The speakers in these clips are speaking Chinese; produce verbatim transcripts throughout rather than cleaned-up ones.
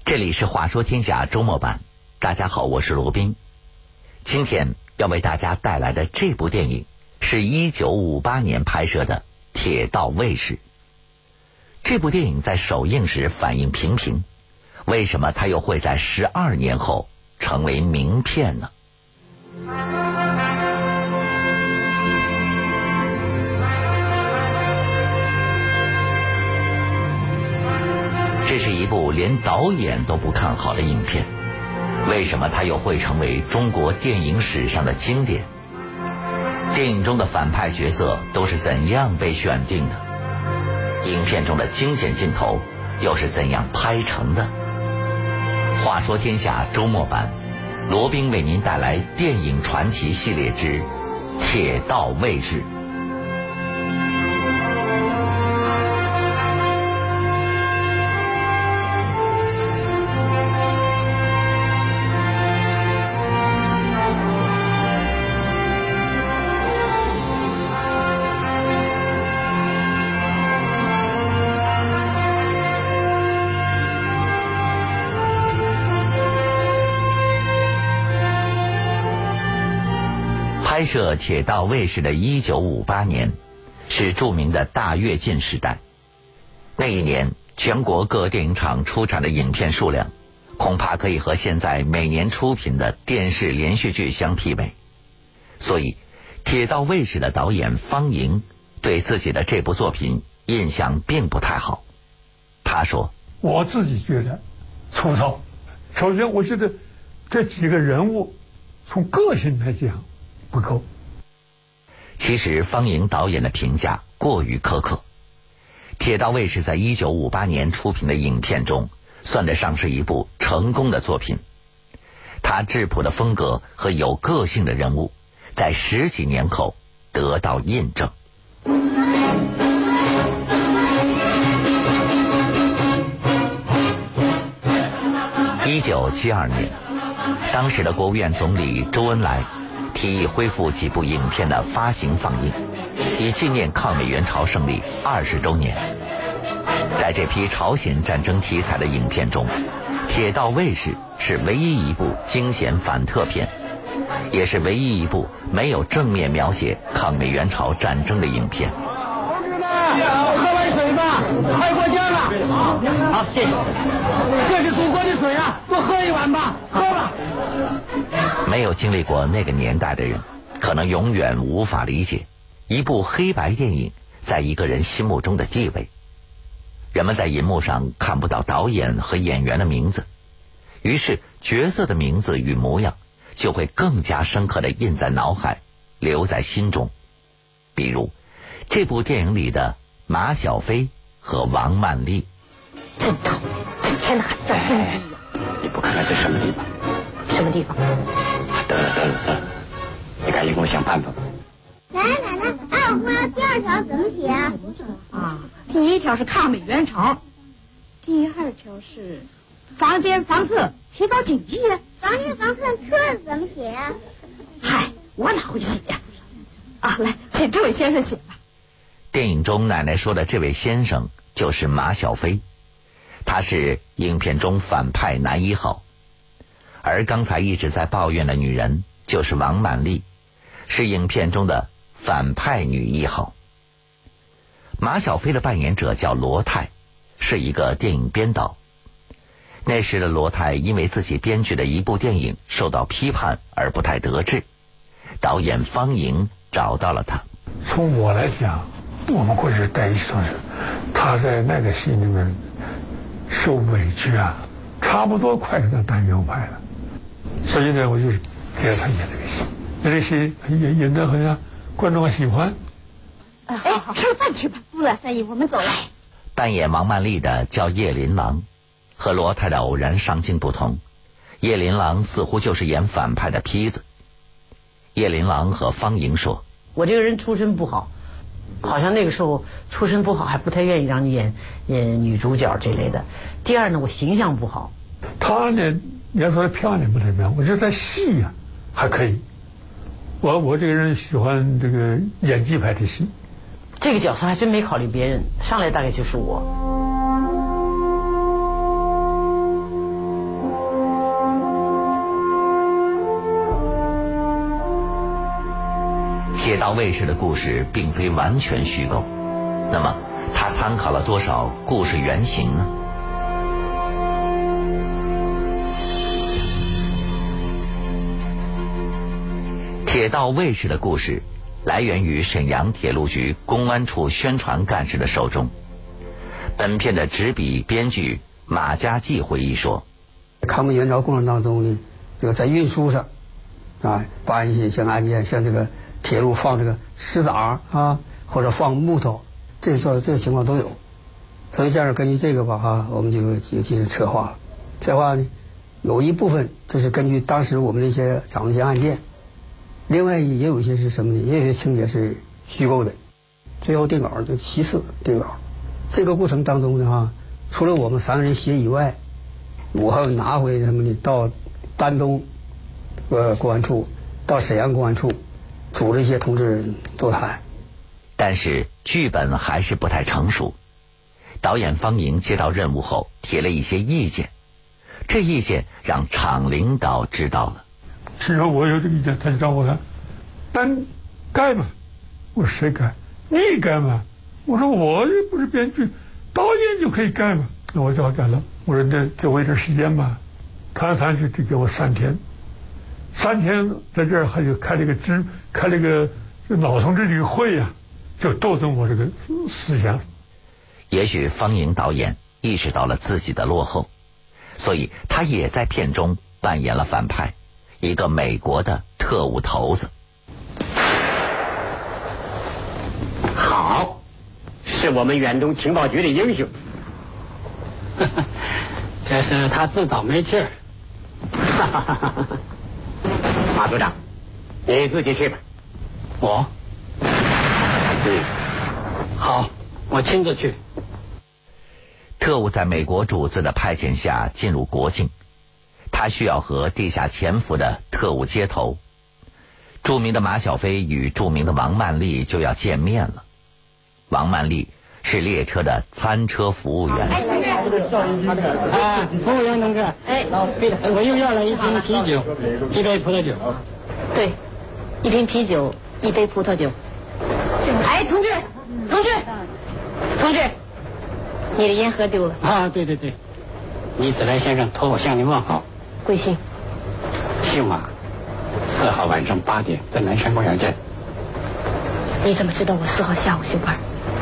这里是话说天下周末版，大家好，我是罗宾。今天要为大家带来的这部电影是一九五八年拍摄的《铁道卫士》。这部电影在首映时反应平平，为什么它又会在十二年后成为名片呢？这是一部连导演都不看好的影片，为什么它又会成为中国电影史上的经典？电影中的反派角色都是怎样被选定的？影片中的惊险镜头又是怎样拍成的？话说天下周末版，罗宾为您带来电影传奇系列之《铁道卫士》。拍摄《铁道卫士》的一九五八年是著名的大跃进时代。那一年，全国各电影厂出产的影片数量恐怕可以和现在每年出品的电视连续剧相媲美。所以，《铁道卫士》的导演方莹对自己的这部作品印象并不太好。他说：“ 我自己觉得粗糙。首先，我觉得这几个人物从个性来讲不够。” 其实方莹导演的评价过于苛刻。铁道卫士在一九五八年出品的影片中算得上是一部成功的作品。他质朴的风格和有个性的人物在十几年后得到印证。一九七二年，当时的国务院总理周恩来提议恢复几部影片的发行放映，以纪念抗美援朝胜利二十周年。在这批朝鲜战争题材的影片中，《铁道卫士》是唯一一部惊险反特片，也是唯一一部没有正面描写抗美援朝战争的影片。 同志们，喝碗水吧，快过江了。好，谢谢。这是祖国的水啊，多喝一碗吧，喝吧。 没有经历过那个年代的人，可能永远无法理解一部黑白电影在一个人心目中的地位。人们在银幕上看不到导演和演员的名字，于是角色的名字与模样就会更加深刻地印在脑海，留在心中。比如这部电影里的马小飞和王曼丽。 真讨厌，整天的喊叫声低呀！ 你不看看这什么地方？ 什么地方？ 得了得了得了，你赶紧给我想办法吧。 奶奶奶奶，二花第二条怎么写啊？ 啊，第一条是抗美援朝，第二条是房间房厕提高警惕呀。 房间房厕厕怎么写啊？ 嗨，我哪会写呀？啊，来，请这位先生写吧。 电影中奶奶说的这位先生就是马小飞，他是影片中反派男一号。而刚才一直在抱怨的女人就是王曼丽，是影片中的反派女一号。马小飞的扮演者叫罗泰，是一个电影编导。那时的罗泰因为自己编剧的一部电影受到批判而不太得志，导演方莹找到了他。 从我来讲，我们过去带一同事，他在那个戏里面受委屈啊，差不多快给他当牛排了。所以呢，我就给了他演这个戏，这个戏演演得很让观众喜欢。 哎，吃饭去吧。 不了，三姨，我们走了。 扮演王曼丽的叫叶琳琅，和罗泰的偶然上镜不同，叶琳琅似乎就是演反派的坯子。叶琳琅和方莹说：“ 我这个人出身不好，好像那个时候出身不好，还不太愿意让你演演女主角这类的。第二呢，我形象不好。 她呢，你要说漂亮不太漂亮，我觉得在戏呀、啊、还可以。我我这个人喜欢这个演技派的戏。 这个角色还真没考虑别人，上来大概就是我。 铁道卫士的故事并非完全虚构，那么他参考了多少故事原型呢？铁道卫士的故事来源于沈阳铁路局公安处宣传干事的手中。本片的执笔编剧马家骥回忆说， 抗美援朝过程当中呢，这个在运输上啊，办一些像案件，像这个铁路放这个石子儿啊，或者放木头，这个这个情况都有。所以这样根据这个吧哈，我们就就进行策划了。策划呢，有一部分就是根据当时我们的一些掌握一些案件，另外也有一些是什么呢？也有一些情节是虚构的。最后定稿就其次定稿。这个过程当中呢哈，除了我们三个人写以外，我还要拿回什么呢？到丹东呃公安处，到沈阳公安处，组织一些同志座谈。 但是剧本还是不太成熟。导演方莹接到任务后提了一些意见，这意见让厂领导知道了。 只要我有这个意见，他就找我了，单改嘛。我说谁改？你改嘛。我说我又不是编剧，导演就可以改嘛。那我就要改了。我说那给我一点时间吧，谈谈去只给我三天，三天在这儿还就开了个支，开了个就老同志这个会呀、啊，就斗争我这个思想。 也许方莹导演意识到了自己的落后，所以他也在片中扮演了反派，一个美国的特务头子。 好，是我们远东情报局的英雄。 这是他自找没趣儿。 马组长，你自己去吧。 我？ 嗯， 好，我亲自去。 特务在美国主子的派遣下进入国境，他需要和地下潜伏的特务接头。著名的马小飞与著名的王曼丽就要见面了。王曼丽是列车的餐车服务员。 哎，服务员同志，哎，我又要了一瓶啤酒，一杯葡萄酒。 对，一瓶啤酒，一杯葡萄酒。哎，同志，同志，同志，你的烟盒丢了。 啊，对对对，倪子来先生托我向您问好。 贵姓？ 姓马，四号晚上八点在南山公园见。 你怎么知道我四号下午休班？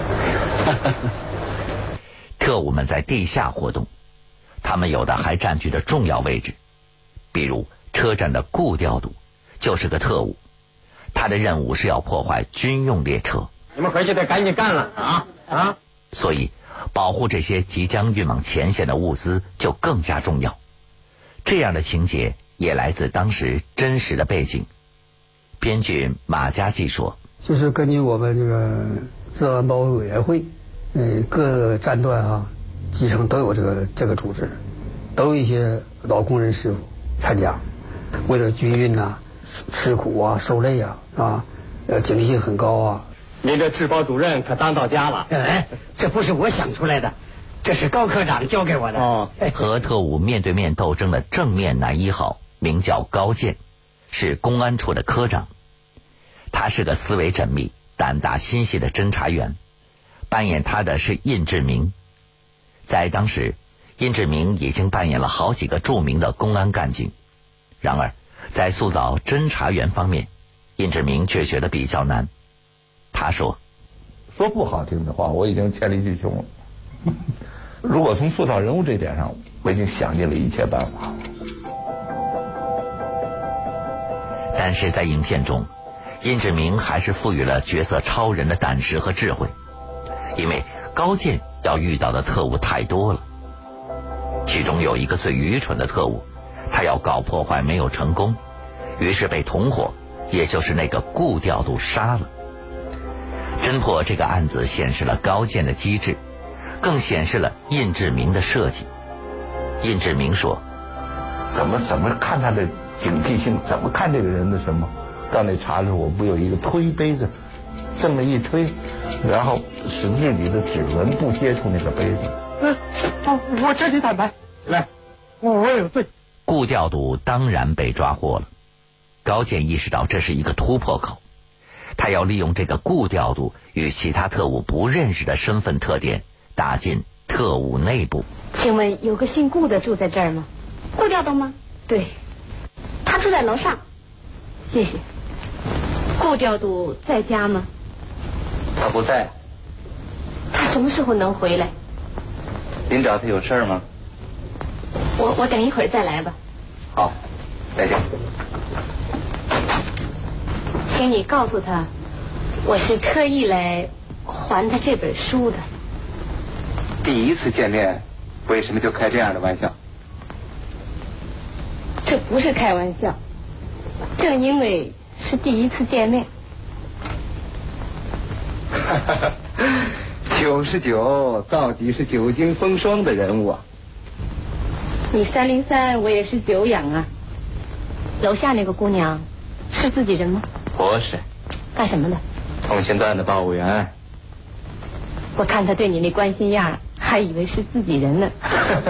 特务们在地下活动，他们有的还占据着重要位置，比如车站的顾调度就是个特务，他的任务是要破坏军用列车。 你们回去得赶紧干了啊啊！ 所以保护这些即将运往前线的物资就更加重要。这样的情节也来自当时真实的背景。编剧马家骥说， 就是根据我们这个治安保卫委员会，呃，各站段啊、基层都有这个这个组织，都有一些老工人师傅参加，为了军运呐、啊，吃苦啊、受累啊，啊，呃，警惕性很高啊。 您这治保主任可当到家了。 哎，这不是我想出来的，这是高科长教给我的。 哦， 和特务面对面斗争的正面男一号名叫高健，是公安处的科长。他是个思维缜密、胆大心细的侦查员，扮演他的是印志明。在当时，印志明已经扮演了好几个著名的公安干警，然而在塑造侦查员方面，印志明却觉得比较难。他说， 说不好听的话，我已经黔驴技穷了。如果从塑造人物这点上，我已经想尽了一切办法。 但是在影片中，印志明还是赋予了角色超人的胆识和智慧，因为高健要遇到的特务太多了，其中有一个最愚蠢的特务，他要搞破坏没有成功，于是被同伙，也就是那个顾调度杀了。侦破这个案子显示了高健的机智，更显示了印志明的设计。印志明说， 怎么怎么看他的警惕性，怎么看这个人的什么，到那查的时候，我不有一个推杯子，这么一推，然后使自己的指纹不接触那个杯子。 嗯，哦，我彻底坦白，来，我有罪。 顾调度当然被抓获了。高健意识到这是一个突破口， 他要利用这个顾调度与其他特务不认识的身份特点，打进特务内部。 请问有个姓顾的住在这儿吗？ 顾调度吗？ 对， 他住在楼上。 谢谢。顾调度在家吗？ 他不在。 他什么时候能回来？ 您找他有事吗？ 我我等一会儿再来吧。 好，再见。 请你告诉他，我是特意来还他这本书的。 第一次见面，为什么就开这样的玩笑？ 这不是开玩笑，正因为是第一次见面。 九十九到底是久经风霜的人物啊！ 你三零三，我也是久仰啊。楼下那个姑娘是自己人吗？ 不是。 干什么的？ 通信段的报务员。 我看他对你那关心样，还以为是自己人呢。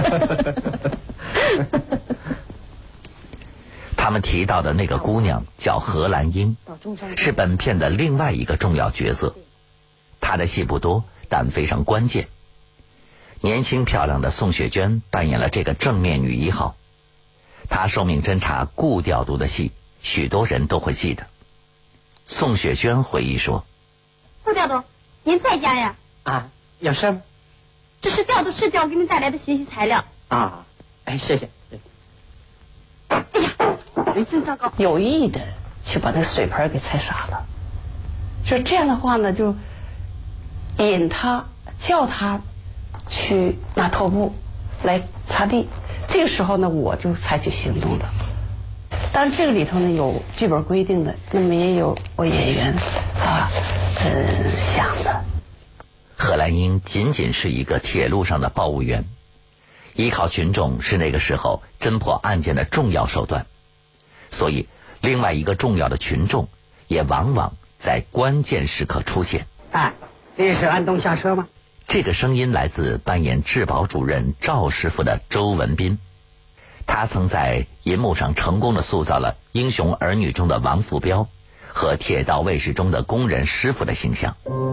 他们提到的那个姑娘叫何兰英，是本片的另外一个重要角色。她的戏不多，但非常关键。年轻漂亮的宋雪娟扮演了这个正面女一号。她受命侦查顾调度的戏，许多人都会记得。宋雪娟回忆说： 顾调度，您在家呀？ 啊，有事吗？ 这是调度室调给您带来的学习材料。 啊，哎，谢谢。 哎呀，水真糟糕！ 有意的去把那水盆给踩洒了，就这样的话呢，就引他叫他去拿拖布来擦地。这个时候呢，我就采取行动了。当然，这个里头呢有剧本规定的，那么也有我演员啊呃想的。 何兰英仅仅是一个铁路上的报务员，依靠群众是那个时候侦破案件的重要手段，所以另外一个重要的群众也往往在关键时刻出现。 哎，你是安东下车吗？ 这个声音来自扮演质保主任赵师傅的周文斌，他曾在银幕上成功的塑造了《英雄儿女》中的王福彪和《铁道卫士》中的工人师傅的形象。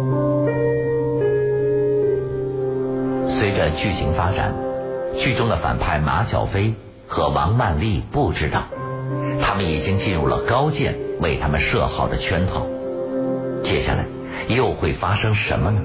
随着剧情发展，剧中的反派马小飞和王曼丽不知道，他们已经进入了高健为他们设好的圈套。接下来又会发生什么呢？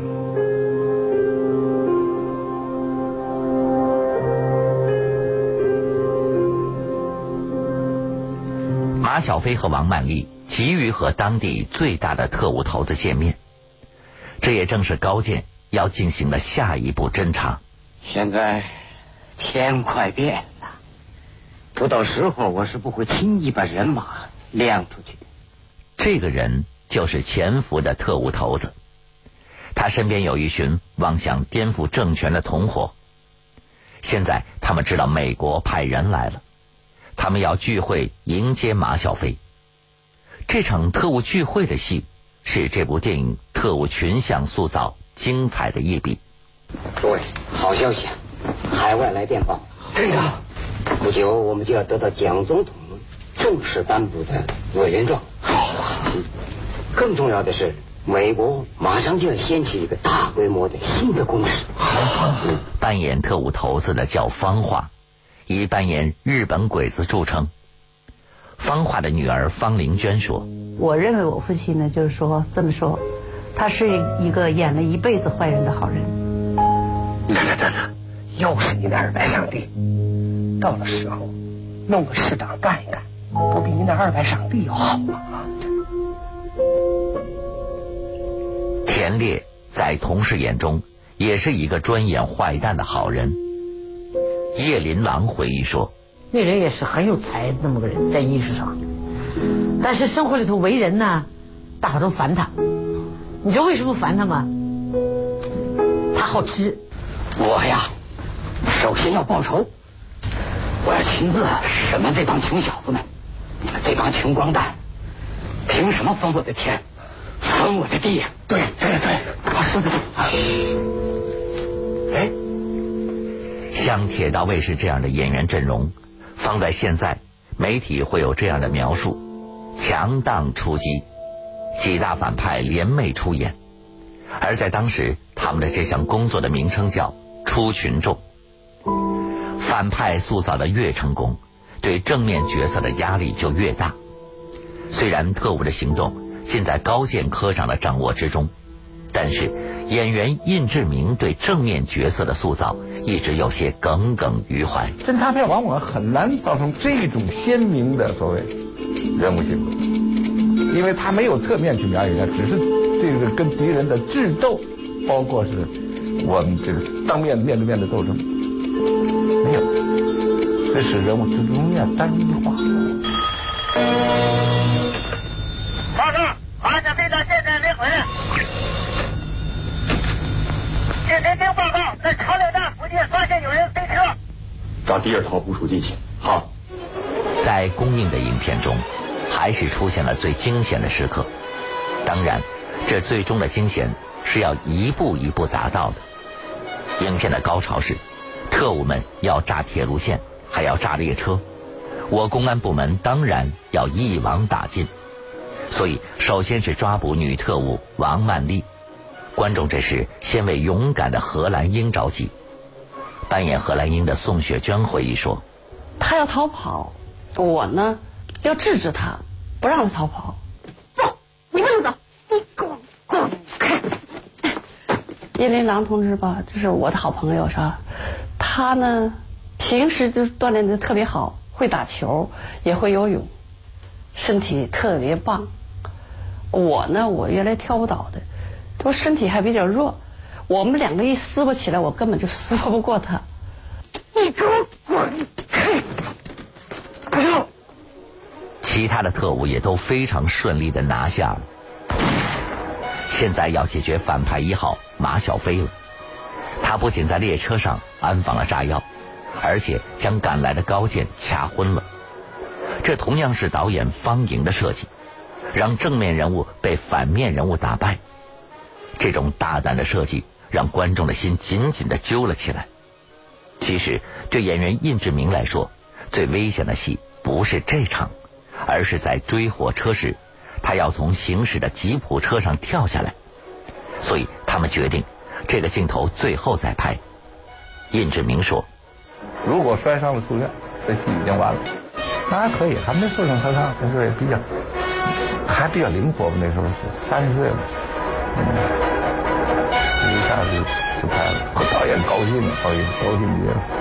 马小飞和王曼丽急于和当地最大的特务头子见面，这也正是高健要进行的下一步侦查。 现在天快变了，不到时候我是不会轻易把人马亮出去的。 这个人就是潜伏的特务头子，他身边有一群妄想颠覆政权的同伙。现在他们知道美国派人来了，他们要聚会迎接马小飞。这场特务聚会的戏是这部电影特务群像塑造精彩的一笔。 诸位，好消息啊！海外来电报，真的，不久我们就要得到蒋总统正式颁布的委任状。更重要的是，美国马上就要掀起一个大规模的新的攻势。 扮演特务头子的叫方化，以扮演日本鬼子著称。方化的女儿方玲娟说： 我认为我父亲呢，就是说这么说，他是一个演了一辈子坏人的好人。 等等等等，又是你的二百上帝！到了时候，弄个市长干一干，不比你那二百上帝要好吗？ 田烈在同事眼中也是一个专演坏蛋的好人。叶琳琅回忆说： 那人也是很有才，那么个人在艺术上，但是生活里头为人呢，大伙都烦他。你知道为什么烦他吗？他好吃。 我呀，首先要报仇，我要亲自审问这帮穷小子们，你们这帮穷光蛋，凭什么分我的田，分我的地呀？对对对，啊，是的。哎， 像铁道卫士这样的演员阵容，放在现在，媒体会有这样的描述：强档出击。 几大反派联袂出演，而在当时他们的这项工作的名称叫出群众。反派塑造的越成功，对正面角色的压力就越大。虽然特务的行动尽在高剑科长的掌握之中，但是演员印志明对正面角色的塑造一直有些耿耿于怀。 侦察片往往很难造成这种鲜明的所谓人物性格，因为他没有侧面去描写他，只是这个跟敌人的智斗，包括是我们这个当面面对面的斗争，没有，这使人物就容易单一化。 报告，马小飞到现在没回来。据民兵报告，在长柳大附近发现有人飞车。 找第二套部署进去。好。 在公映的影片中，还是出现了最惊险的时刻。当然，这最终的惊险是要一步一步达到的。影片的高潮是，特务们要炸铁路线，还要炸列车，我公安部门当然要一网打尽。所以，首先是抓捕女特务王曼丽。观众这时先为勇敢的何兰英着急。扮演何兰英的宋雪娟回忆说：“ 她要逃跑，我呢要制止她，不让她逃跑。 不，你不能走，你滚滚开！” 叶琳郎同志吧，就是我的好朋友，是吧？他呢平时就锻炼的特别好，会打球，也会游泳，身体特别棒。我呢，我原来跳舞蹈的。我身体还比较弱，我们两个一撕巴起来，我根本就撕巴不过他。 你给我滚开！不要！ 其他的特务也都非常顺利的拿下了。现在要解决反派一号马小飞了。他不仅在列车上安放了炸药，而且将赶来的高剑掐昏了。这同样是导演方颖的设计，让正面人物被反面人物打败。这种大胆的设计让观众的心紧紧地揪了起来。其实对演员印志明来说，最危险的戏不是这场，而是在追火车时，他要从行驶的吉普车上跳下来。所以他们决定这个镜头最后再拍。印志明说：“ 如果摔伤了住院，这戏已经完了。那还可以，还没受伤受伤，那时候也比较还比较灵活吧，那时候三十岁了。”嗯，一下子就拍了，导演高兴了，高兴高兴极了。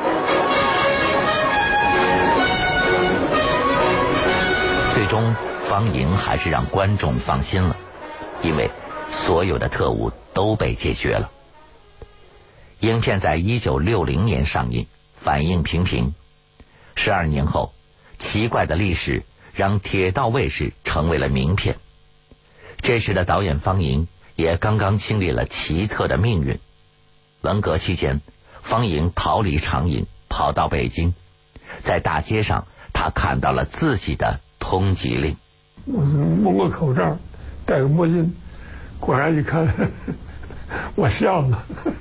最终，方颖还是让观众放心了，因为所有的特务都被解决了。影片在一九六零年上映，反应平平。十二年后，奇怪的历史让铁道卫士成为了名片。这时的导演方颖也刚刚经历了奇特的命运。文革期间，方颖逃离长影，跑到北京，在大街上，他看到了自己的通缉令。 我蒙个口罩，戴个墨镜，果然一看，我笑了。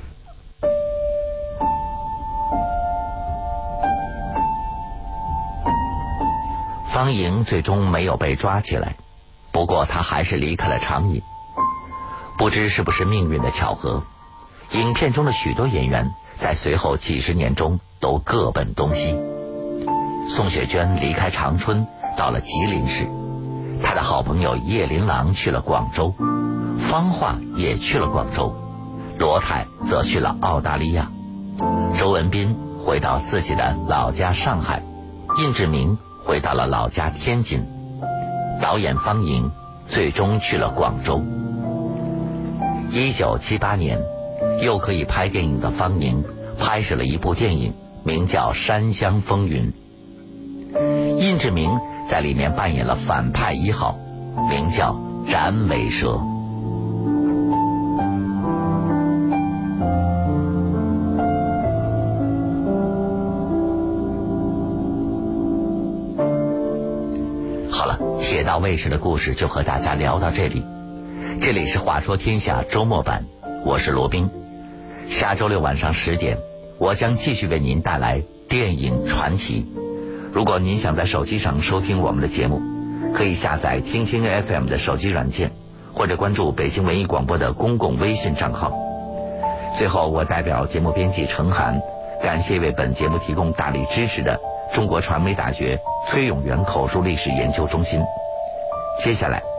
方颖最终没有被抓起来。不过他还是离开了长影。不知是不是命运的巧合，影片中的许多演员在随后几十年中都各奔东西。宋雪娟离开长春到了吉林市，她的好朋友叶琳郎去了广州，方化也去了广州，罗泰则去了澳大利亚，周文斌回到自己的老家上海，印志明回到了老家天津，导演方颖最终去了广州。一九七八年，又可以拍电影的方颖拍摄了一部电影，名叫《山乡风云》。印志明在里面扮演了反派一号，名叫斩尾蛇。好了，铁道卫士的故事就和大家聊到这里。这里是话说天下周末版，我是罗宾。下周六晚上十点，我将继续为您带来电影传奇。如果您想在手机上收听我们的节目， 可以下载听听 F M 的手机软件，或者关注北京文艺广播的公共微信账号。最后，我代表节目编辑程涵，感谢为本节目提供大力支持的中国传媒大学崔永元口述历史研究中心。接下来